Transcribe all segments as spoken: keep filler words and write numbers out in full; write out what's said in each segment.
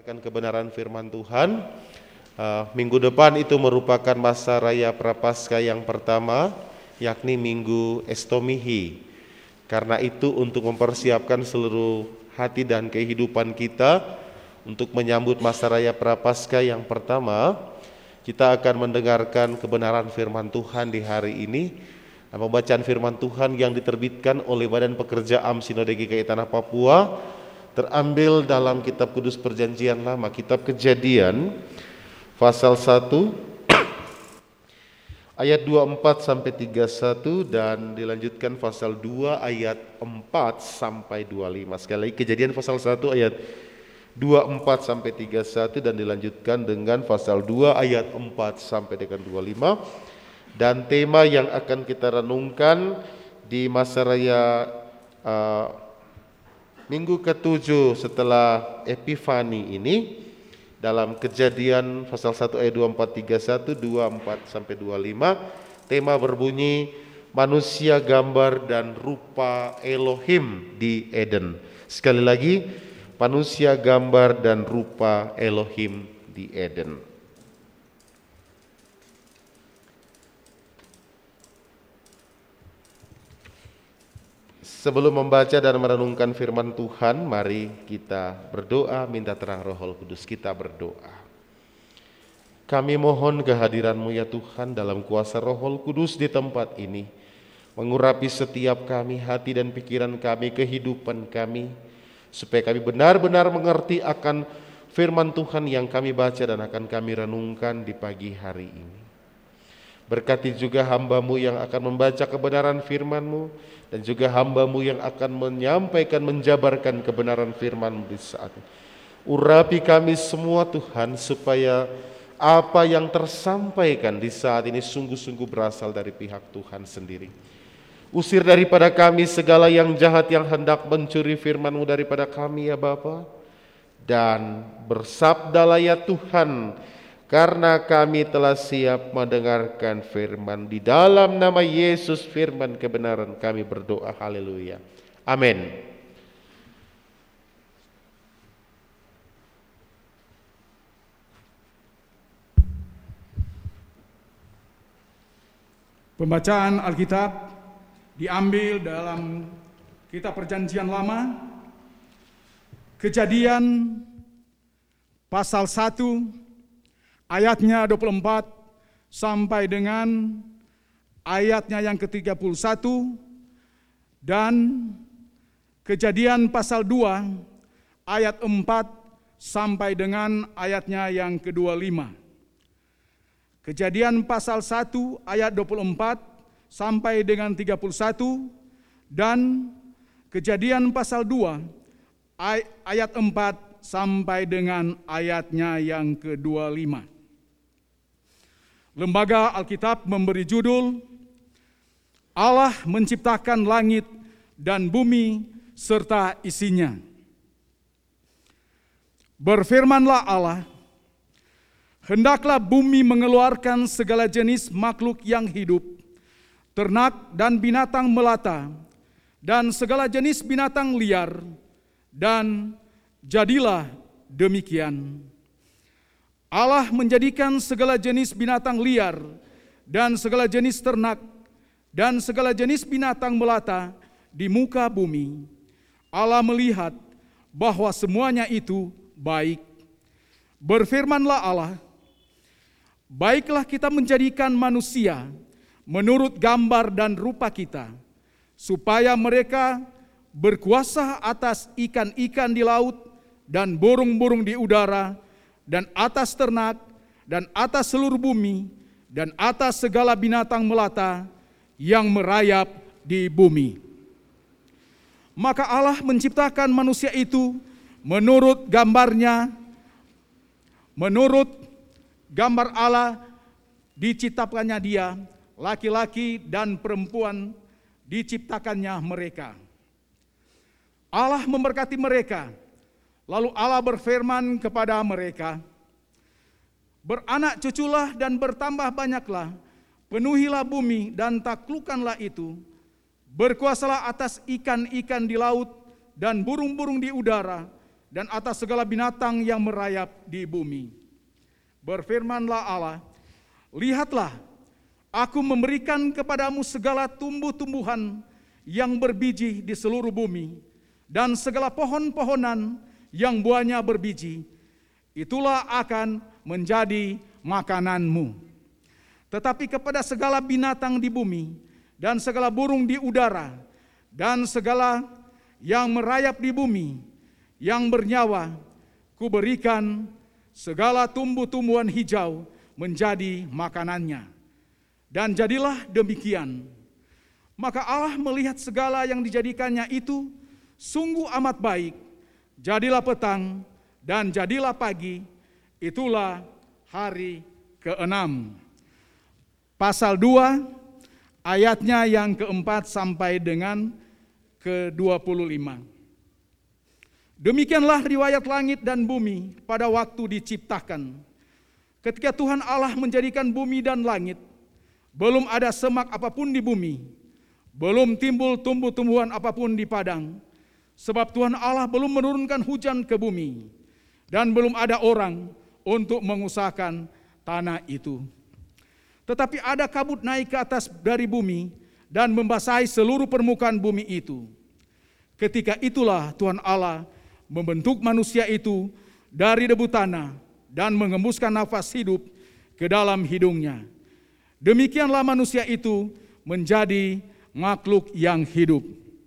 Kebenaran firman Tuhan. Uh, minggu depan itu merupakan masa raya Prapaskah yang pertama, yakni Minggu Estomihi. Karena itu untuk mempersiapkan seluruh hati dan kehidupan kita untuk menyambut masa raya Prapaskah yang pertama, kita akan mendengarkan kebenaran firman Tuhan di hari ini. Pembacaan firman Tuhan yang diterbitkan oleh Badan Pekerja A M Sinode G K I Tanah Papua terambil dalam kitab Kudus Perjanjian Lama, kitab Kejadian pasal satu ayat dua puluh empat sampai tiga puluh satu dan dilanjutkan pasal dua ayat empat sampai dua puluh lima. Sekali lagi, Kejadian pasal satu ayat dua puluh empat sampai tiga puluh satu dan dilanjutkan dengan pasal dua ayat empat sampai dengan dua puluh lima. Dan tema yang akan kita renungkan di masa raya uh, Minggu ketujuh setelah Epifani ini dalam Kejadian pasal satu ayat dua puluh empat, tiga puluh satu, dua puluh empat sampai dua puluh lima, tema berbunyi manusia gambar dan rupa Elohim di Eden. Sekali lagi, manusia gambar dan rupa Elohim di Eden. Sebelum membaca dan merenungkan firman Tuhan, mari kita berdoa minta terang Roh Kudus. Kita berdoa. Kami mohon kehadiran-Mu ya Tuhan dalam kuasa Roh Kudus di tempat ini, mengurapi setiap kami, hati dan pikiran kami, kehidupan kami, supaya kami benar-benar mengerti akan firman Tuhan yang kami baca dan akan kami renungkan di pagi hari ini. Berkati juga hamba-Mu yang akan membaca kebenaran firman-Mu, dan juga hamba-Mu yang akan menyampaikan, menjabarkan kebenaran firman-Mu di saat ini. Urapi kami semua Tuhan, supaya apa yang tersampaikan di saat ini sungguh-sungguh berasal dari pihak Tuhan sendiri. Usir daripada kami segala yang jahat yang hendak mencuri firman-Mu daripada kami ya Bapa. Dan bersabdalah ya Tuhan, karena kami telah siap mendengarkan firman. Di dalam nama Yesus firman kebenaran kami berdoa. Haleluya. Amin. Pembacaan Alkitab diambil dalam kitab Perjanjian Lama, Kejadian pasal satu ayatnya dua puluh empat sampai dengan ayatnya yang ke tiga puluh satu, dan Kejadian pasal dua ayat empat sampai dengan ayatnya yang ke dua puluh lima. Kejadian pasal satu ayat dua puluh empat sampai dengan tiga puluh satu, dan Kejadian pasal dua ayat empat sampai dengan ayatnya yang ke dua puluh lima. Lembaga Alkitab memberi judul Allah menciptakan langit dan bumi serta isinya. Berfirmanlah Allah, hendaklah bumi mengeluarkan segala jenis makhluk yang hidup, ternak dan binatang melata, dan segala jenis binatang liar, dan jadilah demikian. Allah menjadikan segala jenis binatang liar dan segala jenis ternak dan segala jenis binatang melata di muka bumi. Allah melihat bahwa semuanya itu baik. Berfirmanlah Allah, baiklah kita menjadikan manusia menurut gambar dan rupa kita, supaya mereka berkuasa atas ikan-ikan di laut dan burung-burung di udara, dan atas ternak, dan atas seluruh bumi, dan atas segala binatang melata yang merayap di bumi. Maka Allah menciptakan manusia itu menurut gambarnya, menurut gambar Allah diciptakannya dia, laki-laki dan perempuan diciptakannya mereka. Allah memberkati mereka. Lalu Allah berfirman kepada mereka, beranak cuculah dan bertambah banyaklah, penuhilah bumi dan taklukkanlah itu, berkuasalah atas ikan-ikan di laut dan burung-burung di udara, dan atas segala binatang yang merayap di bumi. Berfirmanlah Allah, lihatlah, aku memberikan kepadamu segala tumbuh-tumbuhan yang berbiji di seluruh bumi, dan segala pohon-pohonan yang buahnya berbiji, itulah akan menjadi makananmu. Tetapi kepada segala binatang di bumi, dan segala burung di udara, dan segala yang merayap di bumi, yang bernyawa, kuberikan segala tumbuh-tumbuhan hijau menjadi makanannya. Dan jadilah demikian. Maka Allah melihat segala yang dijadikannya itu sungguh amat baik. Jadilah petang dan jadilah pagi, itulah hari keenam. Pasal dua, ayatnya yang keempat sampai dengan ke dua puluh lima. Demikianlah riwayat langit dan bumi pada waktu diciptakan. Ketika Tuhan Allah menjadikan bumi dan langit, belum ada semak apapun di bumi, belum timbul tumbuh-tumbuhan apapun di padang, sebab Tuhan Allah belum menurunkan hujan ke bumi, dan belum ada orang untuk mengusahakan tanah itu. Tetapi ada kabut naik ke atas dari bumi dan membasahi seluruh permukaan bumi itu. Ketika itulah Tuhan Allah membentuk manusia itu dari debu tanah dan mengembuskan nafas hidup ke dalam hidungnya. Demikianlah manusia itu menjadi makhluk yang hidup.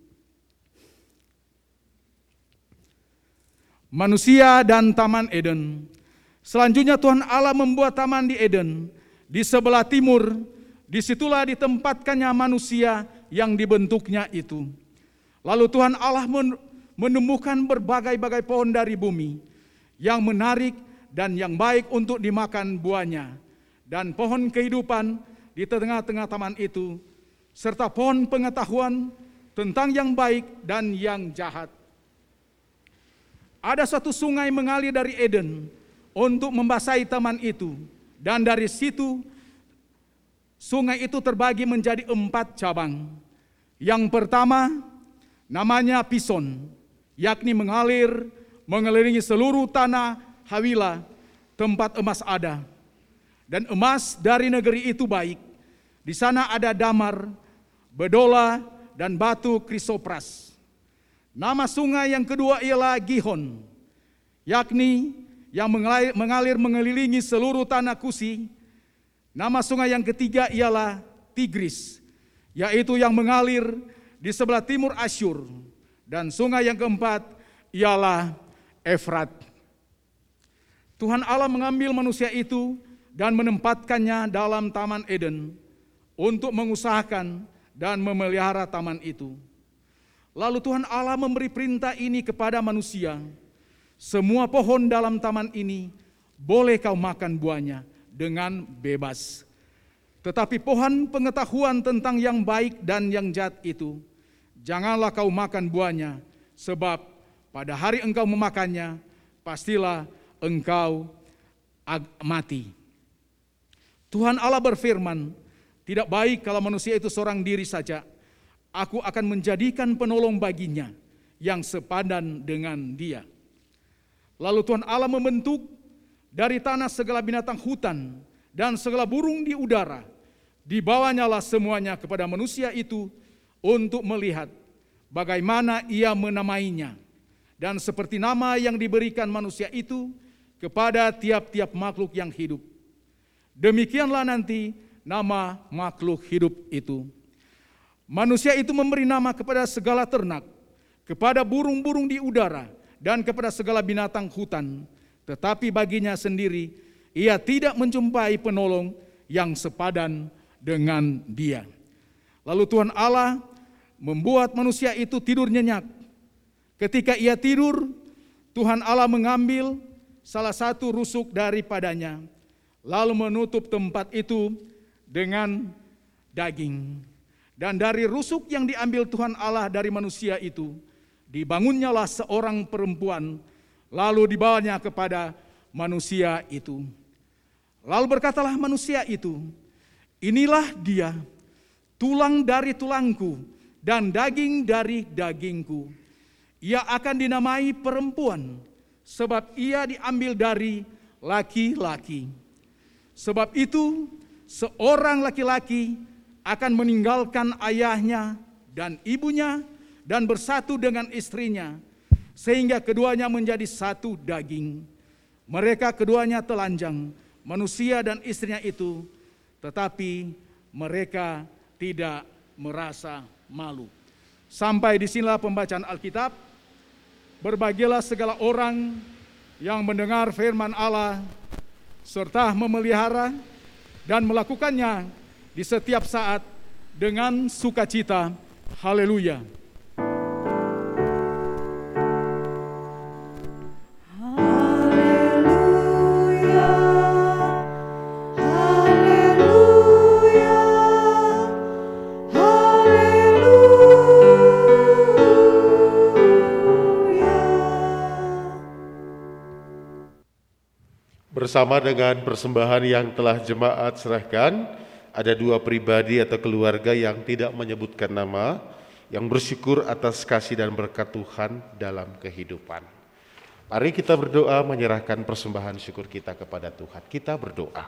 Manusia dan Taman Eden. Selanjutnya Tuhan Allah membuat taman di Eden, di sebelah timur, disitulah ditempatkannya manusia yang dibentuknya itu. Lalu Tuhan Allah menumbuhkan berbagai-bagai pohon dari bumi, yang menarik dan yang baik untuk dimakan buahnya, dan pohon kehidupan di tengah-tengah taman itu, serta pohon pengetahuan tentang yang baik dan yang jahat. Ada suatu sungai mengalir dari Eden untuk membasahi taman itu, dan dari situ sungai itu terbagi menjadi empat cabang. Yang pertama namanya Pison, yakni mengalir mengelilingi seluruh tanah Hawila, tempat emas ada. Dan emas dari negeri itu baik. Di sana ada damar, bedola, dan batu krisopras. Nama sungai yang kedua ialah Gihon, yakni yang mengalir, mengalir mengelilingi seluruh tanah Kusi. Nama sungai yang ketiga ialah Tigris, yaitu yang mengalir di sebelah timur Asyur. Dan sungai yang keempat ialah Efrat. Tuhan Allah mengambil manusia itu dan menempatkannya dalam Taman Eden untuk mengusahakan dan memelihara taman itu. Lalu Tuhan Allah memberi perintah ini kepada manusia, semua pohon dalam taman ini boleh kau makan buahnya dengan bebas. Tetapi pohon pengetahuan tentang yang baik dan yang jahat itu, janganlah kau makan buahnya, sebab pada hari engkau memakannya, pastilah engkau mati. Tuhan Allah berfirman, tidak baik kalau manusia itu seorang diri saja. Aku akan menjadikan penolong baginya yang sepadan dengan dia. Lalu Tuhan Allah membentuk dari tanah segala binatang hutan dan segala burung di udara. Dibawanyalah semuanya kepada manusia itu untuk melihat bagaimana ia menamainya. Dan seperti nama yang diberikan manusia itu kepada tiap-tiap makhluk yang hidup. Demikianlah nanti nama makhluk hidup itu. Manusia itu memberi nama kepada segala ternak, kepada burung-burung di udara, dan kepada segala binatang hutan. Tetapi baginya sendiri, ia tidak menjumpai penolong yang sepadan dengan dia. Lalu Tuhan Allah membuat manusia itu tidur nyenyak. Ketika ia tidur, Tuhan Allah mengambil salah satu rusuk daripadanya, lalu menutup tempat itu dengan daging. Dan dari rusuk yang diambil Tuhan Allah dari manusia itu, dibangunnyalah seorang perempuan, lalu dibawanya kepada manusia itu. Lalu berkatalah manusia itu, inilah dia, tulang dari tulangku dan daging dari dagingku. Ia akan dinamai perempuan, sebab ia diambil dari laki-laki. Sebab itu, seorang laki-laki akan meninggalkan ayahnya dan ibunya dan bersatu dengan istrinya, sehingga keduanya menjadi satu daging. Mereka keduanya telanjang, manusia dan istrinya itu, tetapi mereka tidak merasa malu. Sampai disinilah pembacaan Alkitab. Berbahagialah segala orang yang mendengar firman Allah serta memelihara dan melakukannya di setiap saat dengan sukacita. Haleluya. Bersama dengan persembahan yang telah jemaat serahkan, ada dua pribadi atau keluarga yang tidak menyebutkan nama, yang bersyukur atas kasih dan berkat Tuhan dalam kehidupan. Mari kita berdoa menyerahkan persembahan syukur kita kepada Tuhan. Kita berdoa.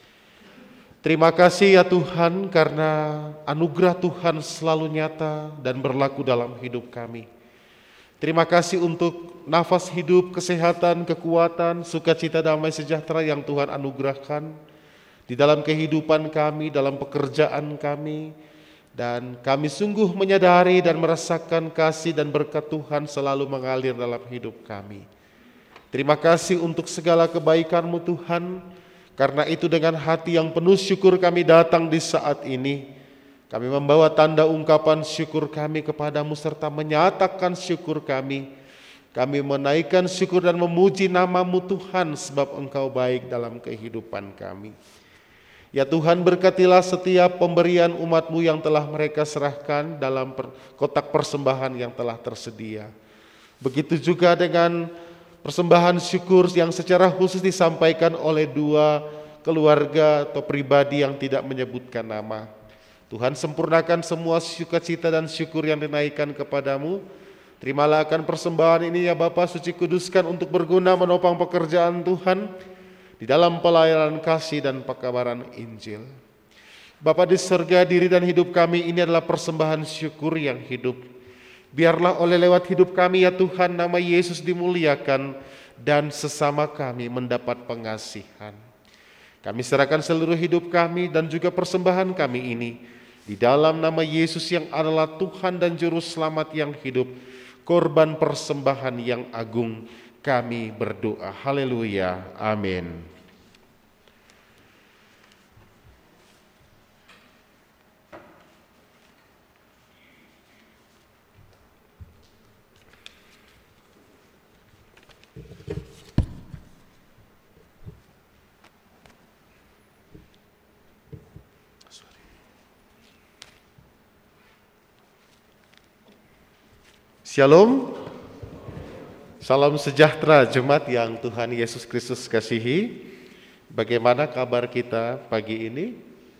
Terima kasih ya Tuhan, karena anugerah Tuhan selalu nyata dan berlaku dalam hidup kami. Terima kasih untuk nafas hidup, kesehatan, kekuatan, sukacita, damai, sejahtera yang Tuhan anugerahkan di dalam kehidupan kami, dalam pekerjaan kami. Dan kami sungguh menyadari dan merasakan kasih dan berkat Tuhan selalu mengalir dalam hidup kami. Terima kasih untuk segala kebaikan-Mu Tuhan, karena itu dengan hati yang penuh syukur kami datang di saat ini. Kami membawa tanda ungkapan syukur kami kepadamu serta menyatakan syukur kami. Kami menaikkan syukur dan memuji nama-Mu Tuhan sebab Engkau baik dalam kehidupan kami. Ya Tuhan, berkatilah setiap pemberian umat-Mu yang telah mereka serahkan dalam kotak persembahan yang telah tersedia. Begitu juga dengan persembahan syukur yang secara khusus disampaikan oleh dua keluarga atau pribadi yang tidak menyebutkan nama. Tuhan, sempurnakan semua sukacita dan syukur yang dinaikkan kepadamu. Terimalah akan persembahan ini ya Bapa Suci, kuduskan untuk berguna menopang pekerjaan Tuhan di dalam pelayanan kasih dan pekabaran Injil. Bapa di surga, diri dan hidup kami ini adalah persembahan syukur yang hidup. Biarlah oleh lewat hidup kami ya Tuhan, nama Yesus dimuliakan dan sesama kami mendapat pengasihan. Kami serahkan seluruh hidup kami dan juga persembahan kami ini di dalam nama Yesus yang adalah Tuhan dan Juru Selamat yang hidup, korban persembahan yang agung, kami berdoa. Haleluya. Amin. Shalom, salam sejahtera jemaat yang Tuhan Yesus Kristus kasihi. Bagaimana kabar kita pagi ini?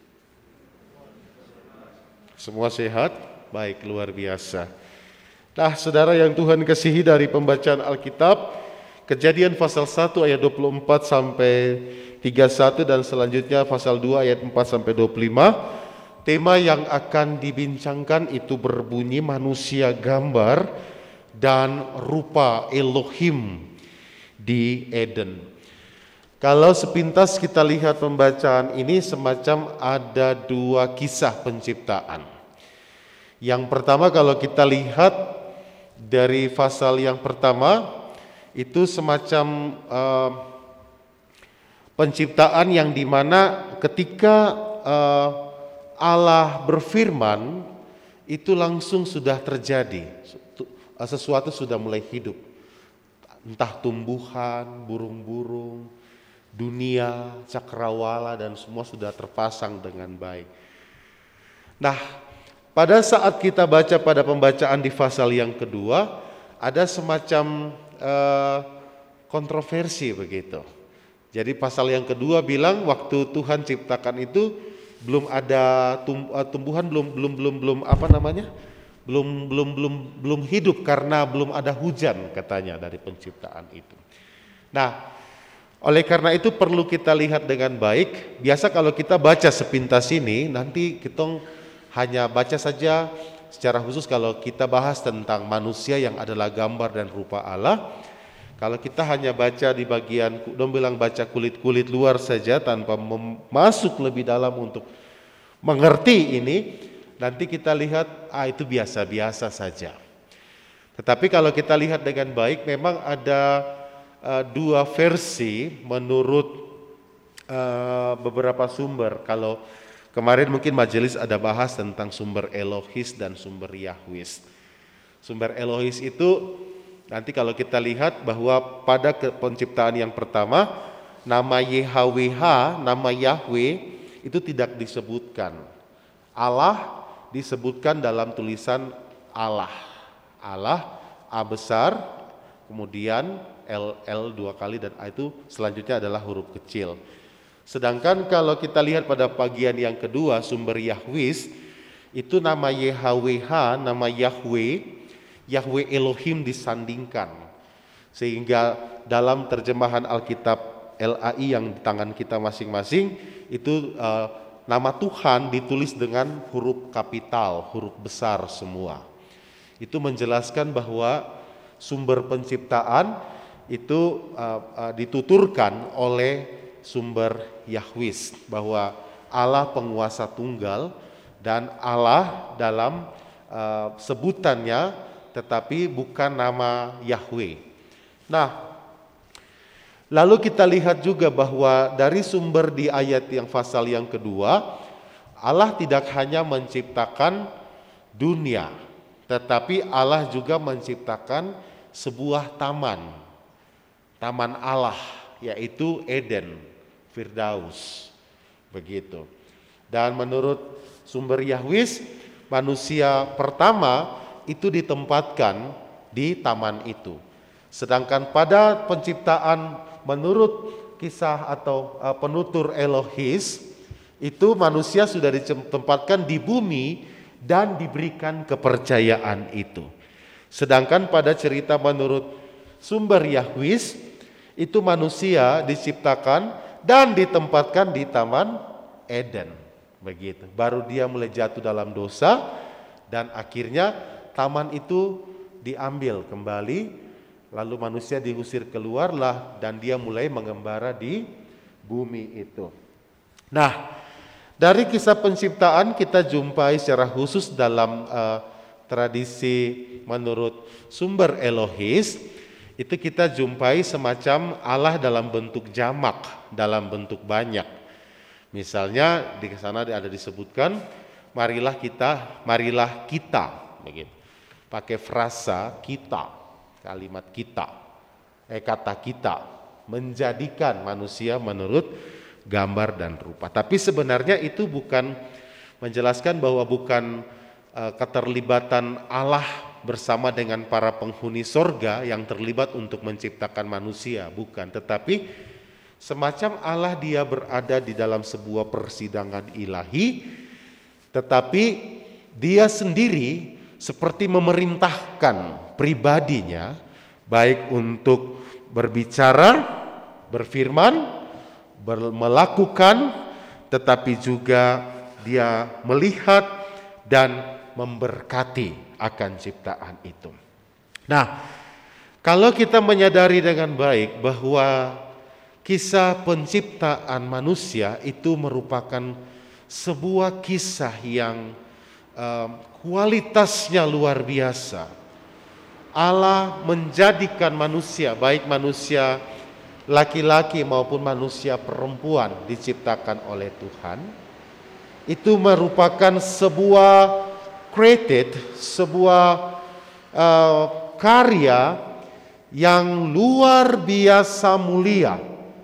Semua sehat? Baik, luar biasa. Nah, saudara yang Tuhan kasihi, dari pembacaan Alkitab, Kejadian pasal satu ayat dua puluh empat sampai tiga puluh satu dan selanjutnya pasal dua ayat empat sampai dua puluh lima. Tema yang akan dibincangkan itu berbunyi manusia gambar dan rupa Elohim di Eden. Kalau sepintas kita lihat pembacaan ini, semacam ada dua kisah penciptaan. Yang pertama, kalau kita lihat dari pasal yang pertama, itu semacam uh, penciptaan yang dimana ketika uh, Allah berfirman, itu langsung sudah terjadi, sesuatu sudah mulai hidup. Entah tumbuhan, burung-burung, dunia, cakrawala, dan semua sudah terpasang dengan baik. Nah, pada saat kita baca pada pembacaan di pasal yang kedua, ada semacam uh, kontroversi begitu. Jadi pasal yang kedua bilang waktu Tuhan ciptakan itu belum ada tumbuhan, belum belum belum belum apa namanya? belum belum belum belum hidup karena belum ada hujan katanya dari penciptaan itu. Nah, oleh karena itu perlu kita lihat dengan baik. Biasa kalau kita baca sepintas ini, nanti kita hanya baca saja secara khusus kalau kita bahas tentang manusia yang adalah gambar dan rupa Allah. Kalau kita hanya baca di bagian, dong bilang baca kulit-kulit luar saja tanpa masuk lebih dalam untuk mengerti ini, nanti kita lihat, ah itu biasa-biasa saja. Tetapi kalau kita lihat dengan baik, memang ada uh, dua versi menurut uh, beberapa sumber. Kalau kemarin mungkin majelis ada bahas tentang sumber Elohis dan sumber Yahwis. Sumber Elohis itu nanti kalau kita lihat bahwa pada penciptaan yang pertama, nama Y H W H, nama Yahweh itu tidak disebutkan. Allah disebutkan dalam tulisan Allah. Allah, A besar, kemudian L, L dua kali dan A itu selanjutnya adalah huruf kecil. Sedangkan kalau kita lihat pada bagian yang kedua, sumber Yahwis, itu nama Y H W H, nama Yahweh, Yahweh Elohim disandingkan. Sehingga dalam terjemahan Alkitab L A I yang di tangan kita masing-masing, itu uh, nama Tuhan ditulis dengan huruf kapital, huruf besar semua. Itu menjelaskan bahwa sumber penciptaan itu uh, uh, dituturkan oleh sumber Yahwis, bahwa Allah penguasa tunggal dan Allah dalam uh, sebutannya tetapi bukan nama Yahweh. Nah, lalu kita lihat juga bahwa dari sumber di ayat yang pasal yang kedua, Allah tidak hanya menciptakan dunia, tetapi Allah juga menciptakan sebuah taman, taman Allah, yaitu Eden, Firdaus, begitu. Dan menurut sumber Yahwis, manusia pertama itu ditempatkan di taman itu. Sedangkan pada penciptaan menurut kisah atau uh, penutur Elohis, itu manusia sudah ditempatkan di bumi dan diberikan kepercayaan itu. Sedangkan pada cerita menurut sumber Yahwis, itu manusia diciptakan dan ditempatkan di taman Eden, begitu. Baru dia mulai jatuh dalam dosa dan akhirnya taman itu diambil kembali, lalu manusia diusir keluarlah dan dia mulai mengembara di bumi itu. Nah, dari kisah penciptaan kita jumpai secara khusus dalam uh, tradisi menurut sumber Elohis, itu kita jumpai semacam Allah dalam bentuk jamak, dalam bentuk banyak. Misalnya di sana ada disebutkan, marilah kita, marilah kita, begitu. Pakai frasa kita, kalimat kita, eh kata kita, menjadikan manusia menurut gambar dan rupa. Tapi sebenarnya itu bukan menjelaskan bahwa bukan uh, keterlibatan Allah bersama dengan para penghuni sorga yang terlibat untuk menciptakan manusia, bukan. Tetapi semacam Allah dia berada di dalam sebuah persidangan ilahi, tetapi dia sendiri seperti memerintahkan pribadinya, baik untuk berbicara, berfirman, ber- melakukan, tetapi juga dia melihat dan memberkati akan ciptaan itu. Nah, kalau kita menyadari dengan baik bahwa kisah penciptaan manusia itu merupakan sebuah kisah yang uh, kualitasnya luar biasa. Allah menjadikan manusia, baik manusia laki-laki maupun manusia perempuan diciptakan oleh Tuhan. Itu merupakan sebuah created, sebuah uh, karya yang luar biasa mulia.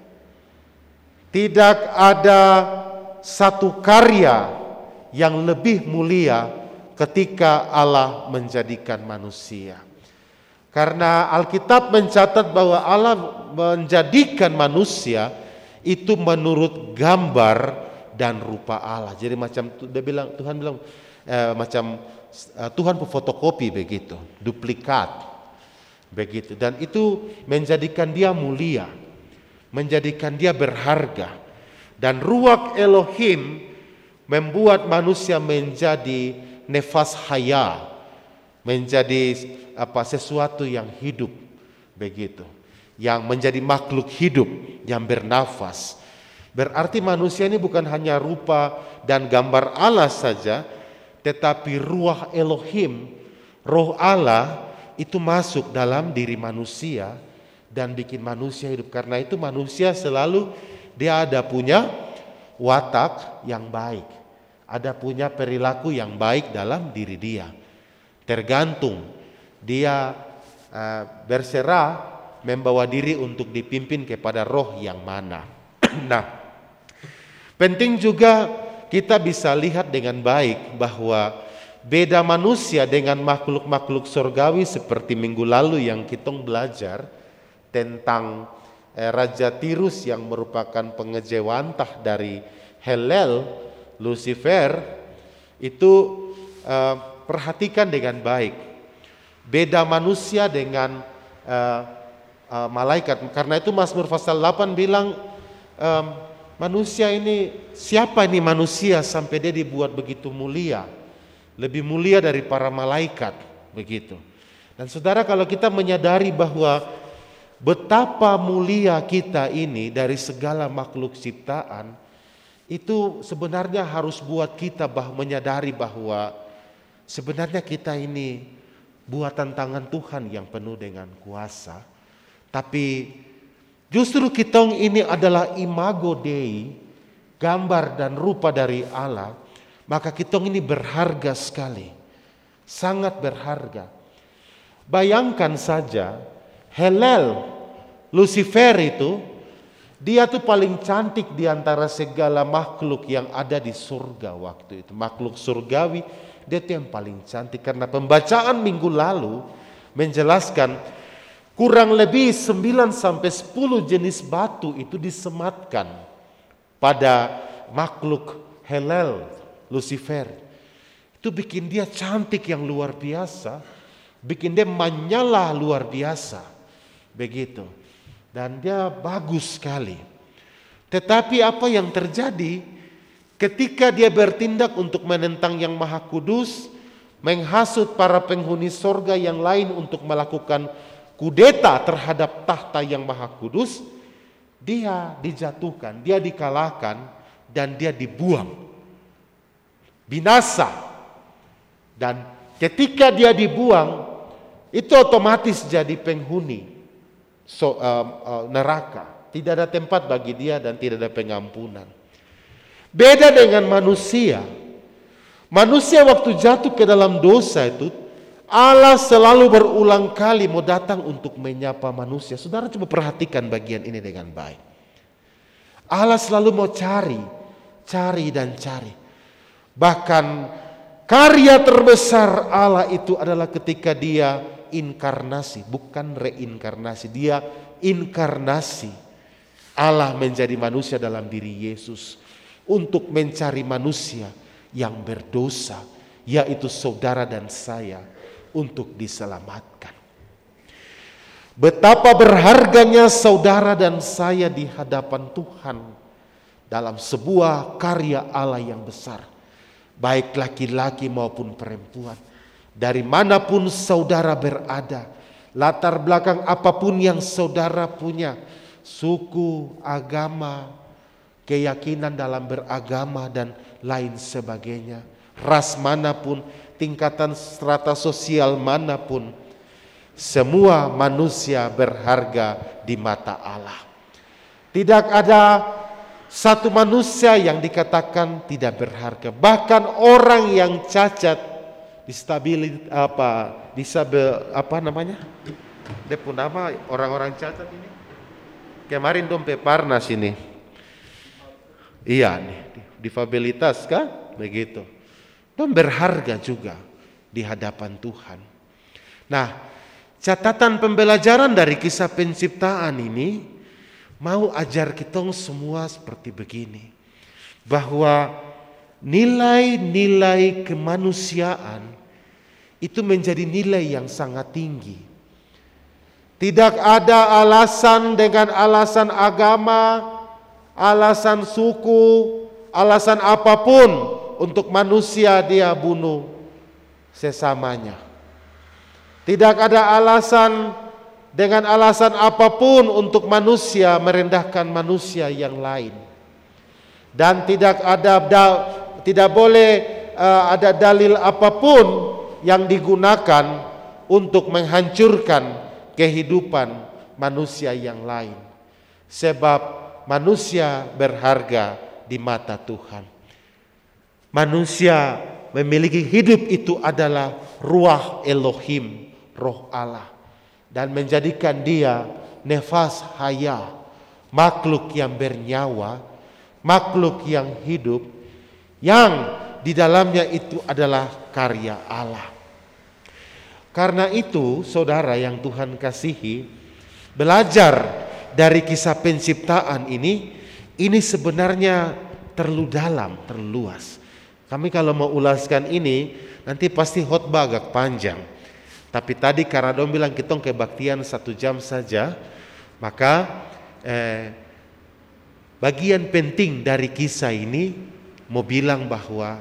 Tidak ada satu karya yang lebih mulia ketika Allah menjadikan manusia. Karena Alkitab mencatat bahwa Allah menjadikan manusia itu menurut gambar dan rupa Allah. Jadi macam dia bilang, Tuhan bilang eh, macam uh, Tuhan fotokopi begitu, duplikat begitu, dan itu menjadikan dia mulia, menjadikan dia berharga. Dan ruach Elohim membuat manusia menjadi nefas haya, menjadi apa sesuatu yang hidup begitu, yang menjadi makhluk hidup yang bernafas. Berarti manusia ini bukan hanya rupa dan gambar Allah saja, tetapi ruach Elohim, roh Allah itu masuk dalam diri manusia dan bikin manusia hidup. Karena itu manusia selalu dia ada punya watak yang baik, ada punya perilaku yang baik dalam diri dia. Tergantung dia uh, berserah membawa diri untuk dipimpin kepada roh yang mana. Nah, penting juga kita bisa lihat dengan baik bahwa beda manusia dengan makhluk-makhluk surgawi seperti minggu lalu yang kita belajar tentang eh, Raja Tirus yang merupakan pengejewantah dari Helel, Lucifer. Itu eh, perhatikan dengan baik. Beda manusia dengan eh, eh, malaikat. Karena itu Mazmur pasal delapan bilang eh, manusia ini, siapa ini manusia sampai dia dibuat begitu mulia, lebih mulia dari para malaikat begitu. Dan saudara, kalau kita menyadari bahwa betapa mulia kita ini dari segala makhluk ciptaan, itu sebenarnya harus buat kita bah menyadari bahwa sebenarnya kita ini buatan tangan Tuhan yang penuh dengan kuasa. Tapi justru kita ini adalah imago Dei, gambar dan rupa dari Allah. Maka kita ini berharga sekali, sangat berharga. Bayangkan saja, Helel, Lucifer itu, dia tuh paling cantik di antara segala makhluk yang ada di surga waktu itu. Makhluk surgawi, dia tuh yang paling cantik. Karena pembacaan minggu lalu menjelaskan kurang lebih sembilan sampai sepuluh jenis batu itu disematkan pada makhluk Helel, Lucifer. Itu bikin dia cantik yang luar biasa, bikin dia menyala luar biasa, begitu. Dan dia bagus sekali. Tetapi apa yang terjadi ketika dia bertindak untuk menentang yang Maha Kudus, menghasut para penghuni sorga yang lain untuk melakukan kudeta terhadap tahta yang Maha Kudus, dia dijatuhkan, dia dikalahkan, dan dia dibuang. Binasa. Dan ketika dia dibuang, itu otomatis jadi penghuni so, uh, uh, neraka. Tidak ada tempat bagi dia dan tidak ada pengampunan. Beda dengan manusia. Manusia waktu jatuh ke dalam dosa itu, Allah selalu berulang kali mau datang untuk menyapa manusia. Saudara coba perhatikan bagian ini dengan baik. Allah selalu mau cari, cari dan cari. Bahkan karya terbesar Allah itu adalah ketika dia inkarnasi, bukan reinkarnasi. Dia inkarnasi. Allah menjadi manusia dalam diri Yesus untuk mencari manusia yang berdosa, yaitu saudara dan saya, untuk diselamatkan. Betapa berharganya saudara dan saya di hadapan Tuhan dalam sebuah karya Allah yang besar. Baik laki-laki maupun perempuan, dari manapun saudara berada, latar belakang apapun yang saudara punya, suku, agama, keyakinan dalam beragama dan lain sebagainya, ras manapun, tingkatan strata sosial manapun, semua manusia berharga di mata Allah. Tidak ada satu manusia yang dikatakan tidak berharga. Bahkan orang yang cacat, disabilitas apa, disabel apa namanya? Dia pun nama orang-orang cacat ini. Kemarin dong Peparnas ini. Iya nih, difabilitas kan? Begitu. Dan berharga juga di hadapan Tuhan. Nah, catatan pembelajaran dari kisah penciptaan ini mau ajar kita semua seperti begini, bahwa nilai-nilai kemanusiaan itu menjadi nilai yang sangat tinggi. Tidak ada alasan dengan alasan agama, alasan suku, alasan apapun untuk manusia dia bunuh sesamanya. Tidak ada alasan dengan alasan apapun untuk manusia merendahkan manusia yang lain. Dan tidak ada tidak boleh uh, ada dalil apapun yang digunakan untuk menghancurkan kehidupan manusia yang lain. Sebab manusia berharga di mata Tuhan. Manusia memiliki hidup itu adalah ruah Elohim, roh Allah, dan menjadikan dia nefas haya, makhluk yang bernyawa, makhluk yang hidup, yang di dalamnya itu adalah karya Allah. Karena itu, saudara yang Tuhan kasihi, belajar dari kisah penciptaan ini, ini sebenarnya terlalu dalam, terlalu luas. Kami kalau mau ulaskan ini, nanti pasti khotbah agak panjang. Tapi tadi karena dong bilang kita kebaktian satu jam saja, maka eh, bagian penting dari kisah ini mau bilang bahwa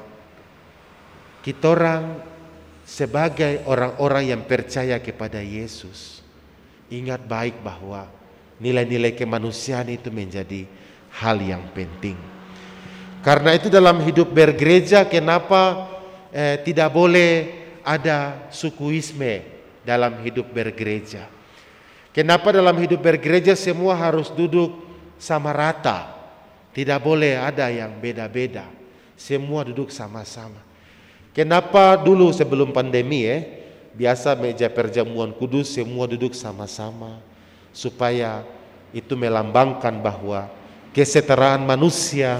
kita orang sebagai orang-orang yang percaya kepada Yesus, ingat baik bahwa nilai-nilai kemanusiaan itu menjadi hal yang penting. Karena itu dalam hidup bergereja, kenapa eh, tidak boleh ada sukuisme dalam hidup bergereja? Kenapa dalam hidup bergereja semua harus duduk sama rata? Tidak boleh ada yang beda-beda, semua duduk sama-sama. Kenapa dulu sebelum pandemi eh, biasa meja perjamuan kudus semua duduk sama-sama, supaya itu melambangkan bahwa kesetaraan manusia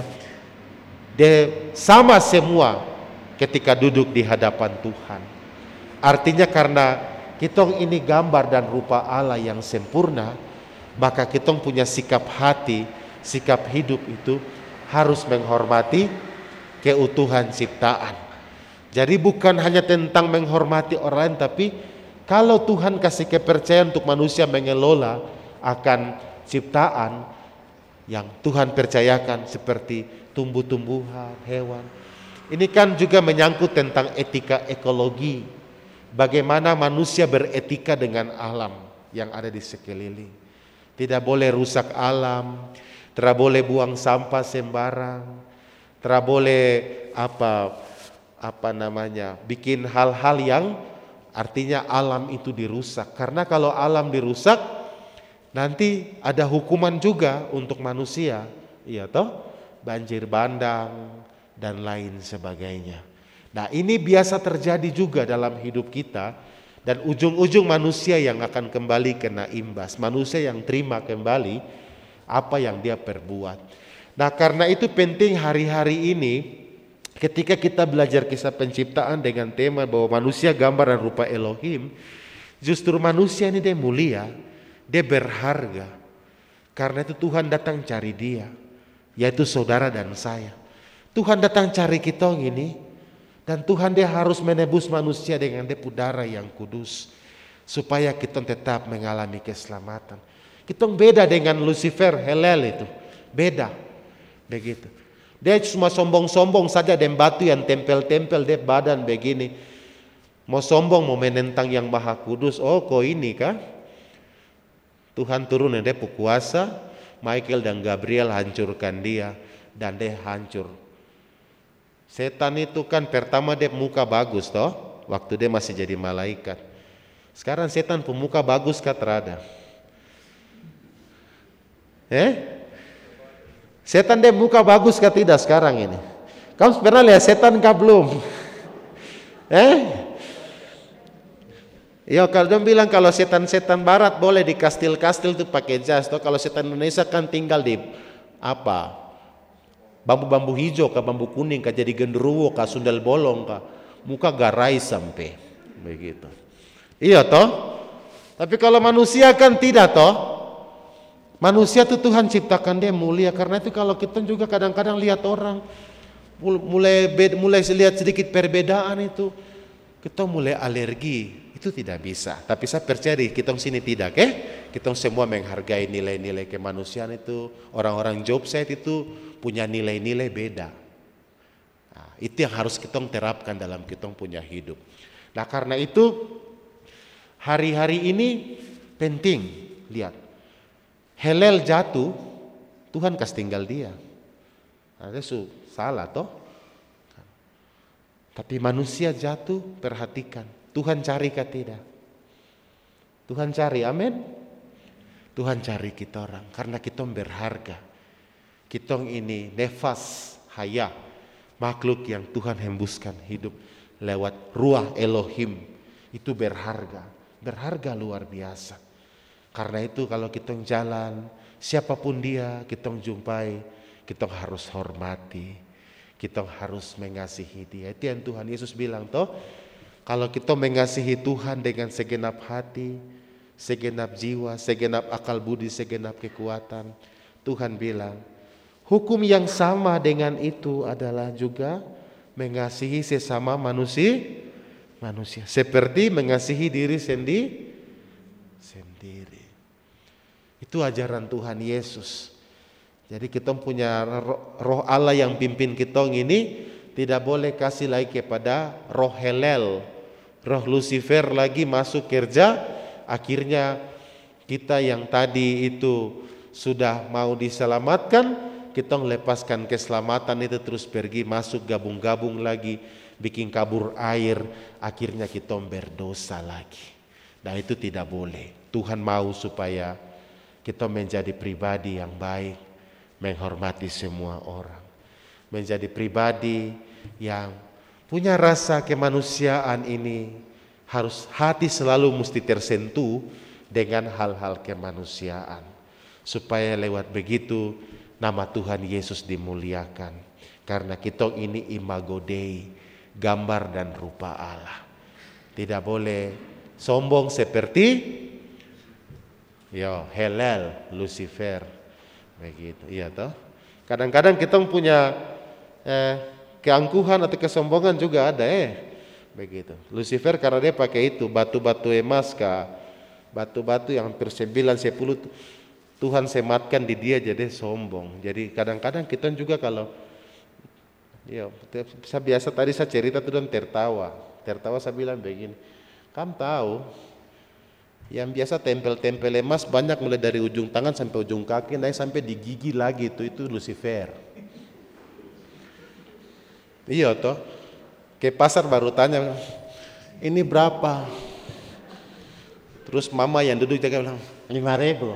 de sama semua ketika duduk di hadapan Tuhan. Artinya karena kita ini gambar dan rupa Allah yang sempurna, maka kita punya sikap hati, sikap hidup itu harus menghormati keutuhan ciptaan. Jadi bukan hanya tentang menghormati orang lain, tapi kalau Tuhan kasih kepercayaan untuk manusia mengelola akan ciptaan yang Tuhan percayakan seperti tumbuh-tumbuhan, hewan. Ini kan juga menyangkut tentang etika ekologi. Bagaimana manusia beretika dengan alam yang ada di sekeliling. Tidak boleh rusak alam, tidak boleh buang sampah sembarang, tidak boleh apa apa namanya bikin hal-hal yang artinya alam itu dirusak. Karena kalau alam dirusak, nanti ada hukuman juga untuk manusia, iya toh, banjir bandang dan lain sebagainya. Nah, ini biasa terjadi juga dalam hidup kita, dan ujung-ujung manusia yang akan kembali kena imbas, manusia yang terima kembali apa yang dia perbuat. Nah, karena itu penting hari-hari ini ketika kita belajar kisah penciptaan dengan tema bahwa manusia gambar dan rupa Elohim, justru manusia ini dia mulia, dia berharga. Karena itu Tuhan datang cari dia, yaitu saudara dan saya. Tuhan datang cari kita ini, dan Tuhan dia harus menebus manusia dengan dia darah yang kudus, supaya kita tetap mengalami keselamatan. Kita beda dengan Lucifer, Helel itu, beda, begitu. Dia cuma sombong-sombong saja dan batu yang tempel-tempel dia badan begini. Mau sombong, mau menentang yang maha kudus. Oh kok ini kan? Tuhan turun dan dia berkuasa. Michael dan Gabriel hancurkan dia, dan dia hancur. Setan itu kan pertama dia muka bagus toh, waktu dia masih jadi malaikat. Sekarang setan pemuka bagus kah terada? Eh? Setan dia muka bagus kah tidak sekarang ini? Kamu pernah lihat setan kah belum? Eh? Ya kalau dia bilang kalau setan-setan barat boleh di kastil-kastil itu pakai jas. Toh kalau setan Indonesia kan tinggal di apa? Bambu-bambu hijau kah, bambu kuning kah, jadi genderuwo kah, sundel bolong kah, muka garai sampai begitu. Iya toh? Tapi kalau manusia kan tidak toh. Manusia itu Tuhan ciptakan dia mulia. Karena itu kalau kita juga kadang-kadang lihat orang mulai mulai lihat sedikit perbedaan itu, kita mulai alergi, itu tidak bisa. Tapi saya percaya di kita sini tidak, eh? Kita semua menghargai nilai-nilai kemanusiaan itu. Orang-orang job site itu punya nilai-nilai beda. Nah, itu yang harus kita terapkan dalam kita punya hidup. Nah karena itu hari-hari ini penting, lihat. Helel jatuh, Tuhan kasih tinggal dia. Nah, itu salah toh. Tapi manusia jatuh, perhatikan. Tuhan cari kah tidak? Tuhan cari, amin. Tuhan cari kita orang, karena kita berharga. Kita ini nefas, haya, makhluk yang Tuhan hembuskan hidup lewat ruah Elohim. Itu berharga, berharga luar biasa. Karena itu kalau kita jalan, siapapun dia kita jumpai, kita harus hormati. Kita harus mengasihi dia. Itu yang Tuhan Yesus bilang toh. Kalau kita mengasihi Tuhan dengan segenap hati, segenap jiwa, segenap akal budi, segenap kekuatan, Tuhan bilang, hukum yang sama dengan itu adalah juga mengasihi sesama manusia, manusia seperti mengasihi diri sendiri. Sendiri. Itu ajaran Tuhan Yesus. Jadi kita punya roh Allah yang pimpin kita ini tidak boleh kasih lagi kepada roh Helel, roh Lucifer lagi masuk kerja. Akhirnya kita yang tadi itu sudah mau diselamatkan, kita melepaskan keselamatan itu terus pergi masuk gabung-gabung lagi, bikin kabur air, akhirnya kita berdosa lagi. Nah itu tidak boleh. Tuhan mau supaya kita menjadi pribadi yang baik, menghormati semua orang, menjadi pribadi yang punya rasa kemanusiaan ini. Harus hati selalu mesti tersentuh dengan hal-hal kemanusiaan, supaya lewat begitu nama Tuhan Yesus dimuliakan. Karena kita ini imago Dei, gambar dan rupa Allah. Tidak boleh sombong seperti yo Helel, Lucifer. Begitu, iya toh. Kadang-kadang kita punya eh, keangkuhan atau kesombongan juga ada eh. Begitu. Lucifer karena dia pakai itu batu-batu emas kah, batu-batu yang hampir sembilan sepuluh Tuhan sematkan di dia jadi sombong. Jadi kadang-kadang kita juga kalau ya saya biasa tadi saya cerita tuh dan tertawa, tertawa saya bilang begini, kamu tahu yang biasa tempel-tempel emas banyak mulai dari ujung tangan sampai ujung kaki, naik sampai di gigi lagi itu itu Lucifer. Iya toh. Ke pasar baru tanya, ini berapa? Terus mama yang duduk jaga bilang lima ribu.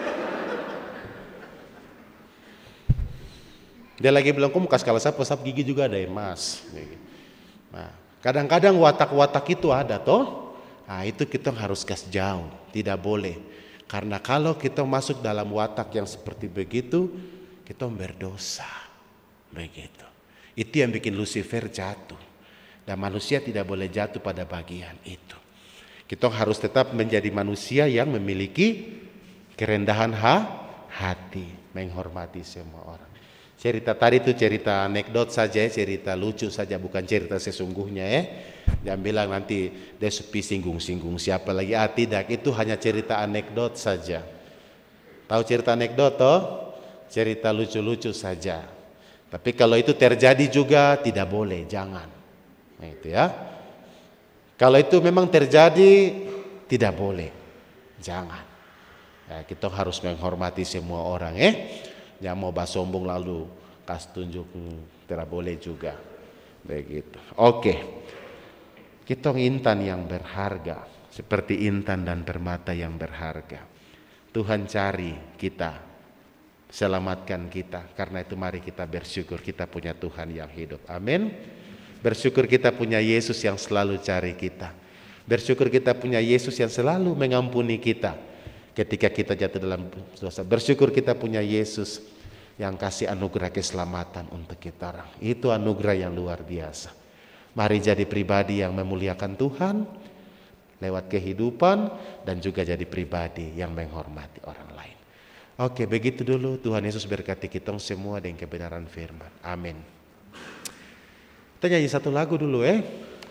Dia lagi bilang, kamu kasih kalah siapa? Sap gigi juga ada emas. Nah, kadang-kadang watak-watak itu ada toh. Nah itu kita harus kasih jauh, tidak boleh. Karena kalau kita masuk dalam watak yang seperti begitu, kita berdosa. Begitu. Itu yang bikin Lucifer jatuh. Dan manusia tidak boleh jatuh pada bagian itu. Kita harus tetap menjadi manusia yang memiliki kerendahan ha, hati, menghormati semua orang. Cerita tadi itu cerita anekdot saja, cerita lucu saja, bukan cerita sesungguhnya ya. Jangan bilang nanti dia sepi singgung-singgung siapa lagi. Ah tidak, itu hanya cerita anekdot saja. Tahu cerita anekdot toh? Cerita lucu-lucu saja. Tapi kalau itu terjadi juga tidak boleh, jangan. Nah, itu ya. Kalau itu memang terjadi tidak boleh, jangan. Ya, kita harus menghormati semua orang eh. Jangan mau bahas sombong lalu kasih tunjuk, tidak boleh juga. Begitu. Oke. Kita intan yang berharga, seperti intan dan permata yang berharga. Tuhan cari kita, selamatkan kita. Karena itu mari kita bersyukur kita punya Tuhan yang hidup. Amin. Bersyukur kita punya Yesus yang selalu cari kita. Bersyukur kita punya Yesus yang selalu mengampuni kita ketika kita jatuh dalam dosa. Bersyukur kita punya Yesus yang kasih anugerah keselamatan untuk kita orang. Itu anugerah yang luar biasa. Mari jadi pribadi yang memuliakan Tuhan lewat kehidupan dan juga jadi pribadi yang menghormati orang lain. Oke, begitu dulu. Tuhan Yesus berkati kita semua dengan kebenaran firman. Amin. Kita nyanyi satu lagu dulu eh.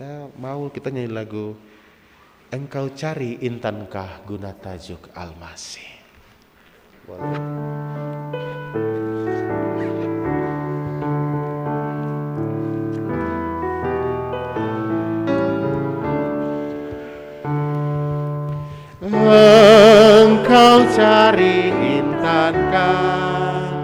Saya mau kita nyanyi lagu Engkau Cari Intankah Guna Tajuk Al-Masih. Boleh. Engkau cari intankah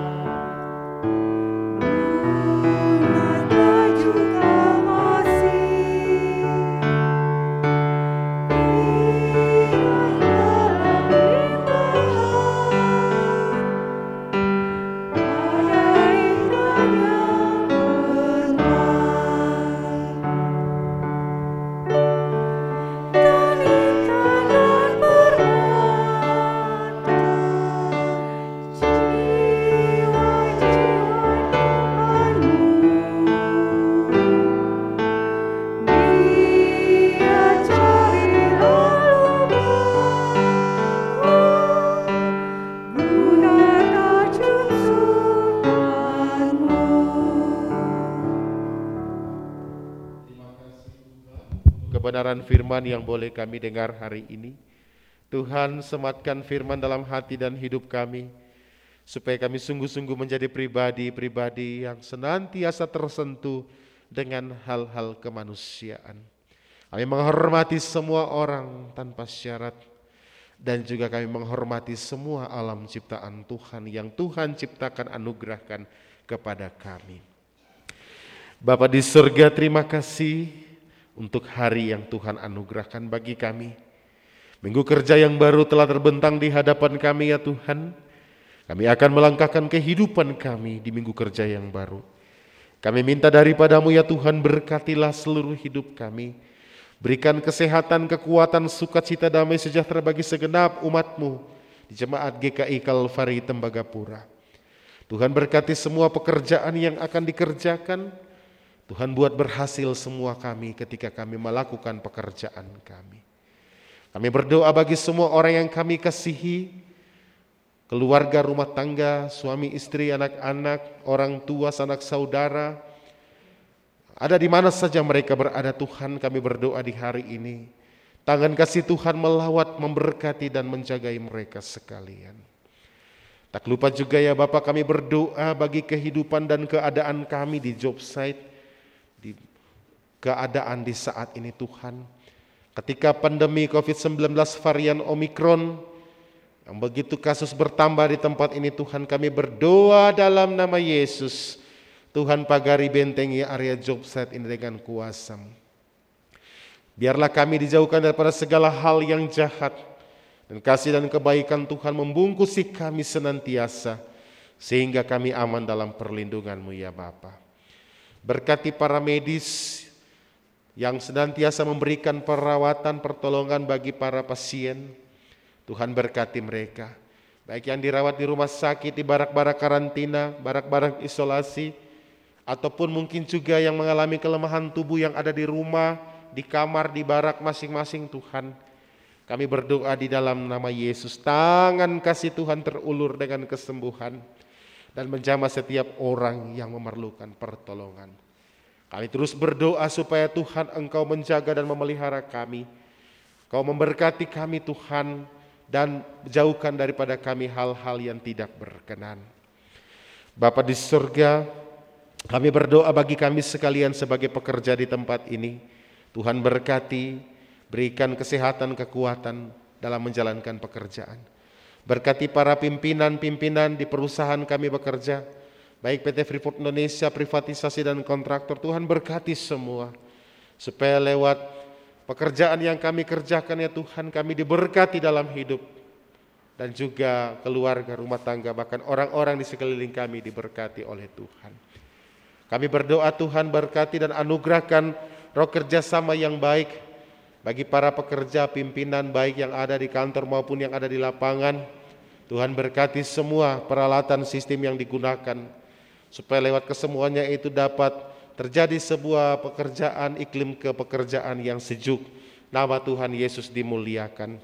kebenaran firman yang boleh kami dengar hari ini. Tuhan, sematkan firman dalam hati dan hidup kami, supaya kami sungguh-sungguh menjadi pribadi-pribadi yang senantiasa tersentuh dengan hal-hal kemanusiaan. Kami menghormati semua orang tanpa syarat, dan juga kami menghormati semua alam ciptaan Tuhan yang Tuhan ciptakan anugerahkan kepada kami. Bapa di surga, terima kasih untuk hari yang Tuhan anugerahkan bagi kami. Minggu kerja yang baru telah terbentang di hadapan kami ya Tuhan. Kami akan melangkahkan kehidupan kami di minggu kerja yang baru. Kami minta daripadamu ya Tuhan, berkatilah seluruh hidup kami. Berikan kesehatan, kekuatan, sukacita, damai sejahtera bagi segenap umat-Mu di Jemaat G K I Kalvari Tembagapura. Tuhan berkati semua pekerjaan yang akan dikerjakan. Tuhan buat berhasil semua kami ketika kami melakukan pekerjaan kami. Kami berdoa bagi semua orang yang kami kasihi, keluarga, rumah tangga, suami, istri, anak-anak, orang tua, sanak saudara, ada di mana saja mereka berada. Tuhan, kami berdoa di hari ini, tangan kasih Tuhan melawat, memberkati dan menjagai mereka sekalian. Tak lupa juga ya Bapak, kami berdoa bagi kehidupan dan keadaan kami di job site, di keadaan di saat ini Tuhan, ketika pandemi covid sembilan belas varian Omikron yang begitu kasus bertambah di tempat ini Tuhan, kami berdoa dalam nama Yesus, Tuhan pagari bentengi area job site ini dengan kuasa-Mu. Biarlah kami dijauhkan daripada segala hal yang jahat, dan kasih dan kebaikan Tuhan membungkusi kami senantiasa, sehingga kami aman dalam perlindungan-Mu ya Bapa. Berkati para medis yang senantiasa memberikan perawatan, pertolongan bagi para pasien. Tuhan berkati mereka, baik yang dirawat di rumah sakit, di barak-barak karantina, barak-barak isolasi, ataupun mungkin juga yang mengalami kelemahan tubuh yang ada di rumah, di kamar, di barak masing-masing. Tuhan, kami berdoa di dalam nama Yesus, tangan kasih Tuhan terulur dengan kesembuhan dan menjamah setiap orang yang memerlukan pertolongan. Kami terus berdoa supaya Tuhan Engkau menjaga dan memelihara kami. Kau memberkati kami Tuhan, dan jauhkan daripada kami hal-hal yang tidak berkenan. Bapa di surga, kami berdoa bagi kami sekalian sebagai pekerja di tempat ini. Tuhan berkati, berikan kesehatan, kekuatan dalam menjalankan pekerjaan. Berkati para pimpinan-pimpinan di perusahaan kami bekerja, baik P T Freeport Indonesia, privatisasi dan kontraktor. Tuhan berkati semua, supaya lewat pekerjaan yang kami kerjakan ya Tuhan, kami diberkati dalam hidup, dan juga keluarga, rumah tangga, bahkan orang-orang di sekeliling kami diberkati oleh Tuhan. Kami berdoa Tuhan berkati dan anugerahkan roh kerjasama yang baik bagi para pekerja, pimpinan baik yang ada di kantor maupun yang ada di lapangan. Tuhan berkati semua peralatan sistem yang digunakan, supaya lewat kesemuanya itu dapat terjadi sebuah pekerjaan, iklim kepekerjaan yang sejuk. Nama Tuhan Yesus dimuliakan.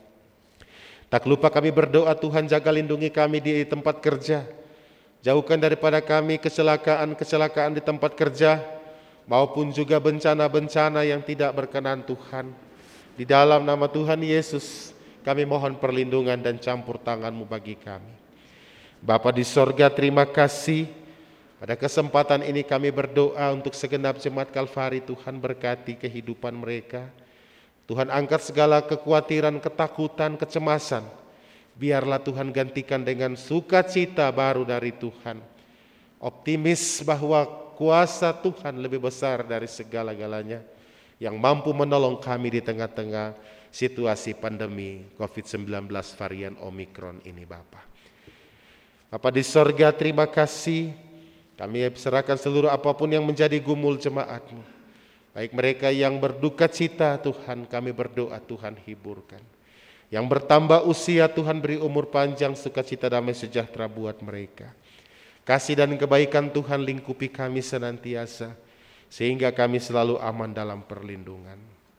Tak lupa kami berdoa Tuhan, jaga lindungi kami di tempat kerja. Jauhkan daripada kami kecelakaan-kecelakaan di tempat kerja, maupun juga bencana-bencana yang tidak berkenan Tuhan. Di dalam nama Tuhan Yesus, kami mohon perlindungan dan campur tangan-Mu bagi kami. Bapa di sorga, terima kasih. Pada kesempatan ini kami berdoa untuk segenap jemaat Kalvari. Tuhan berkati kehidupan mereka. Tuhan angkat segala kekhawatiran, ketakutan, kecemasan. Biarlah Tuhan gantikan dengan sukacita baru dari Tuhan. Optimis bahwa kuasa Tuhan lebih besar dari segala-galanya, yang mampu menolong kami di tengah-tengah situasi pandemi covid sembilan belas varian Omikron ini Bapa. Bapa di sorga, terima kasih. Kami serahkan seluruh apapun yang menjadi gumul jemaat-Mu. Baik mereka yang berduka cita, Tuhan kami berdoa Tuhan hiburkan. Yang bertambah usia, Tuhan beri umur panjang, sukacita, damai sejahtera buat mereka. Kasih dan kebaikan Tuhan lingkupi kami senantiasa, sehingga kami selalu aman dalam perlindungan.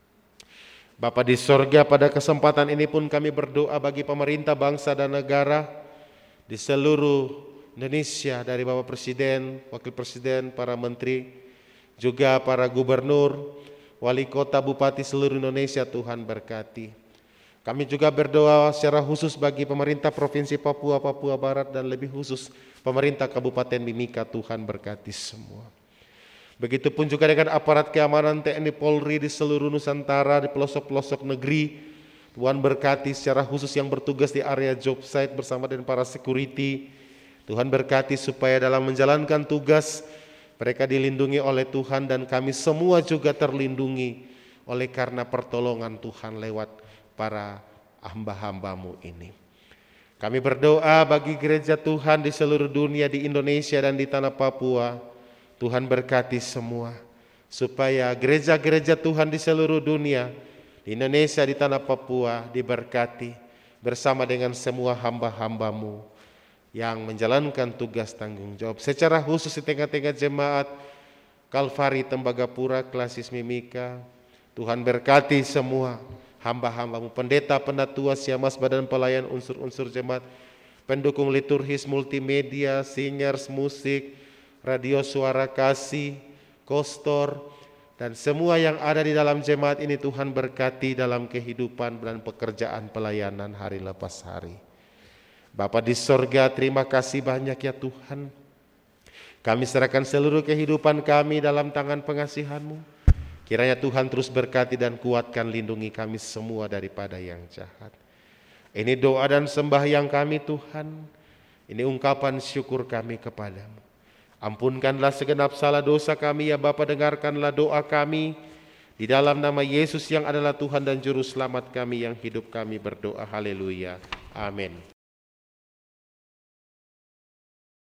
Bapa di sorga, pada kesempatan ini pun kami berdoa bagi pemerintah bangsa dan negara di seluruh Indonesia, dari Bapak Presiden, Wakil Presiden, para menteri, juga para gubernur, wali kota, bupati seluruh Indonesia. Tuhan berkati. Kami juga berdoa secara khusus bagi pemerintah Provinsi Papua, Papua Barat, dan lebih khusus pemerintah Kabupaten Mimika. Tuhan berkati semua. Begitupun juga dengan aparat keamanan T N I Polri di seluruh Nusantara, di pelosok-pelosok negeri. Tuhan berkati secara khusus yang bertugas di area job site bersama dengan para security. Tuhan berkati supaya dalam menjalankan tugas mereka dilindungi oleh Tuhan, dan kami semua juga terlindungi oleh karena pertolongan Tuhan lewat para hamba-hamba-Mu ini. Kami berdoa bagi gereja Tuhan di seluruh dunia, di Indonesia dan di tanah Papua. Tuhan berkati semua, supaya gereja-gereja Tuhan di seluruh dunia, di Indonesia, di tanah Papua, diberkati bersama dengan semua hamba-hamba-Mu yang menjalankan tugas tanggung jawab. Secara khusus di tengah-tengah jemaat Kalvari Tembagapura, Klasis Mimika, Tuhan berkati semua hamba-hamba-Mu, pendeta, penatua, siamas, badan pelayan, unsur-unsur jemaat, pendukung liturgis, multimedia, singers, musik, radio suara kasih, kostor, dan semua yang ada di dalam jemaat ini. Tuhan berkati dalam kehidupan dan pekerjaan pelayanan hari lepas hari. Bapa di sorga, terima kasih banyak ya Tuhan. Kami serahkan seluruh kehidupan kami dalam tangan pengasihan-Mu. Kiranya Tuhan terus berkati dan kuatkan, lindungi kami semua daripada yang jahat. Ini doa dan sembahyang kami Tuhan. Ini ungkapan syukur kami kepadamu. Ampunkanlah segenap salah dosa kami ya Bapa, dengarkanlah doa kami. Di dalam nama Yesus yang adalah Tuhan dan Juru Selamat kami yang hidup, kami berdoa. Haleluya. Amin.